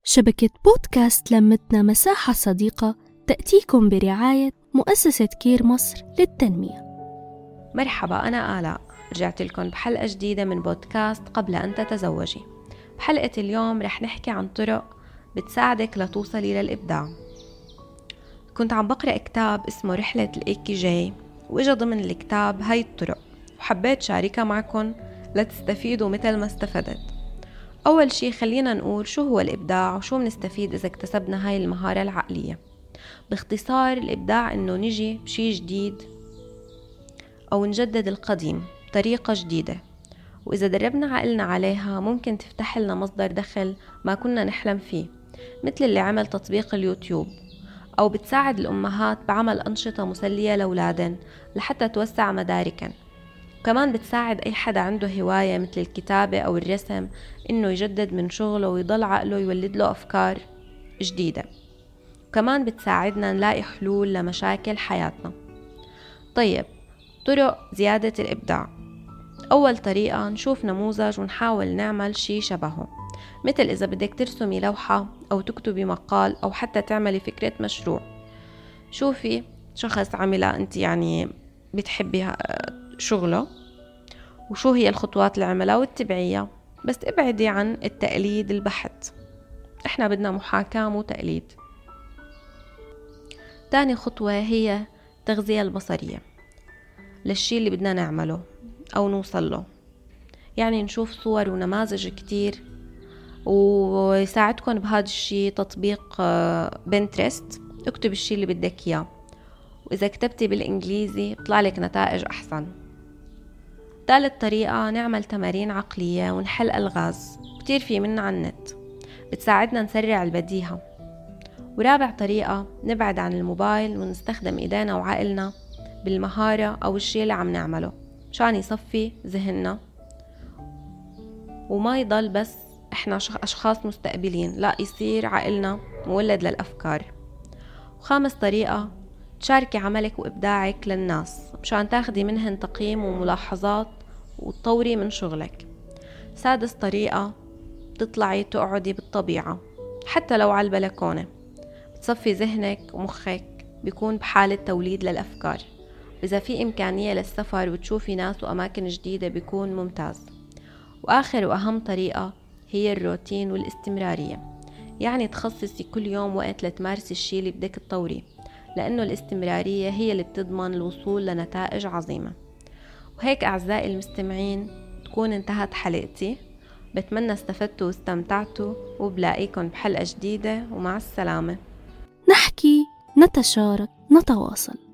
شبكة بودكاست لمتنا مساحة صديقة تأتيكم برعاية مؤسسة كير مصر للتنمية. مرحبا، أنا آلاء، رجعت لكم بحلقة جديدة من بودكاست قبل أن تتزوجي. بحلقة اليوم رح نحكي عن طرق بتساعدك لتوصلي للإبداع. كنت عم بقرأ كتاب اسمه رحلة الإيكيجاي، وإجا ضمن الكتاب هاي الطرق، وحبيت شاركها معكم لتستفيدوا مثل ما استفدت. أول شي خلينا نقول شو هو الإبداع وشو منستفيد إذا اكتسبنا هاي المهارة العقلية. باختصار الإبداع إنه نجي بشي جديد أو نجدد القديم بطريقة جديدة، وإذا دربنا عقلنا عليها ممكن تفتح لنا مصدر دخل ما كنا نحلم فيه، مثل اللي عمل تطبيق اليوتيوب، أو بتساعد الأمهات بعمل أنشطة مسلية لأولادن لحتى توسع مداركن. كمان بتساعد أي حدا عنده هواية مثل الكتابة أو الرسم إنه يجدد من شغله ويضل عقله يولد له أفكار جديدة. كمان بتساعدنا نلاقي حلول لمشاكل حياتنا. طيب، طرق زيادة الإبداع. أول طريقة نشوف نموذج ونحاول نعمل شي شبهه، مثل إذا بدك ترسمي لوحة أو تكتبي مقال أو حتى تعملي فكرة مشروع. شوفي شخص عملها أنت يعني بتحبي شغله وشو هي الخطوات اللي عملها واتبعيها، بس ابعدي عن التقليد البحت. احنا بدنا محاكاة مو تقليد. تاني خطوة هي التغذية البصرية للشي اللي بدنا نعمله أو نوصل له، يعني نشوف صور ونماذج كتير. ويساعدكم بهذا الشي تطبيق بنترست. اكتب الشي اللي بدك إياه، وإذا كتبتي بالإنجليزي بطلع لك نتائج أحسن. ثالث طريقة نعمل تمارين عقلية ونحل ألغاز، كتير في منها على النت، بتساعدنا نسرع البديهة. ورابع طريقة نبعد عن الموبايل ونستخدم إيدينا وعقلنا بالمهارة أو الشيء اللي عم نعمله مشان يصفي ذهننا وما يضل بس إحنا أشخاص مستقبلين، لا يصير عقلنا مولد للأفكار. وخامس طريقة تشاركي عملك وإبداعك للناس مشان تاخدي منهن تقييم وملاحظات وتطوري من شغلك. سادس طريقة تطلعي تقعدي بالطبيعة حتى لو على البلكونة، بتصفي ذهنك ومخك، بيكون بحالة توليد للأفكار. إذا في إمكانية للسفر وتشوفي ناس وأماكن جديدة بيكون ممتاز. وآخر وأهم طريقة هي الروتين والاستمرارية، يعني تخصصي كل يوم وقت لتمارسي الشيء اللي بدك تطوريه، لأنه الاستمرارية هي اللي بتضمن الوصول لنتائج عظيمة. وهيك أعزائي المستمعين تكون انتهت حلقتي. بتمنى استفدتوا واستمتعتوا، وبلاقيكم بحلقة جديدة، ومع السلامة. نحكي، نتشارك، نتواصل.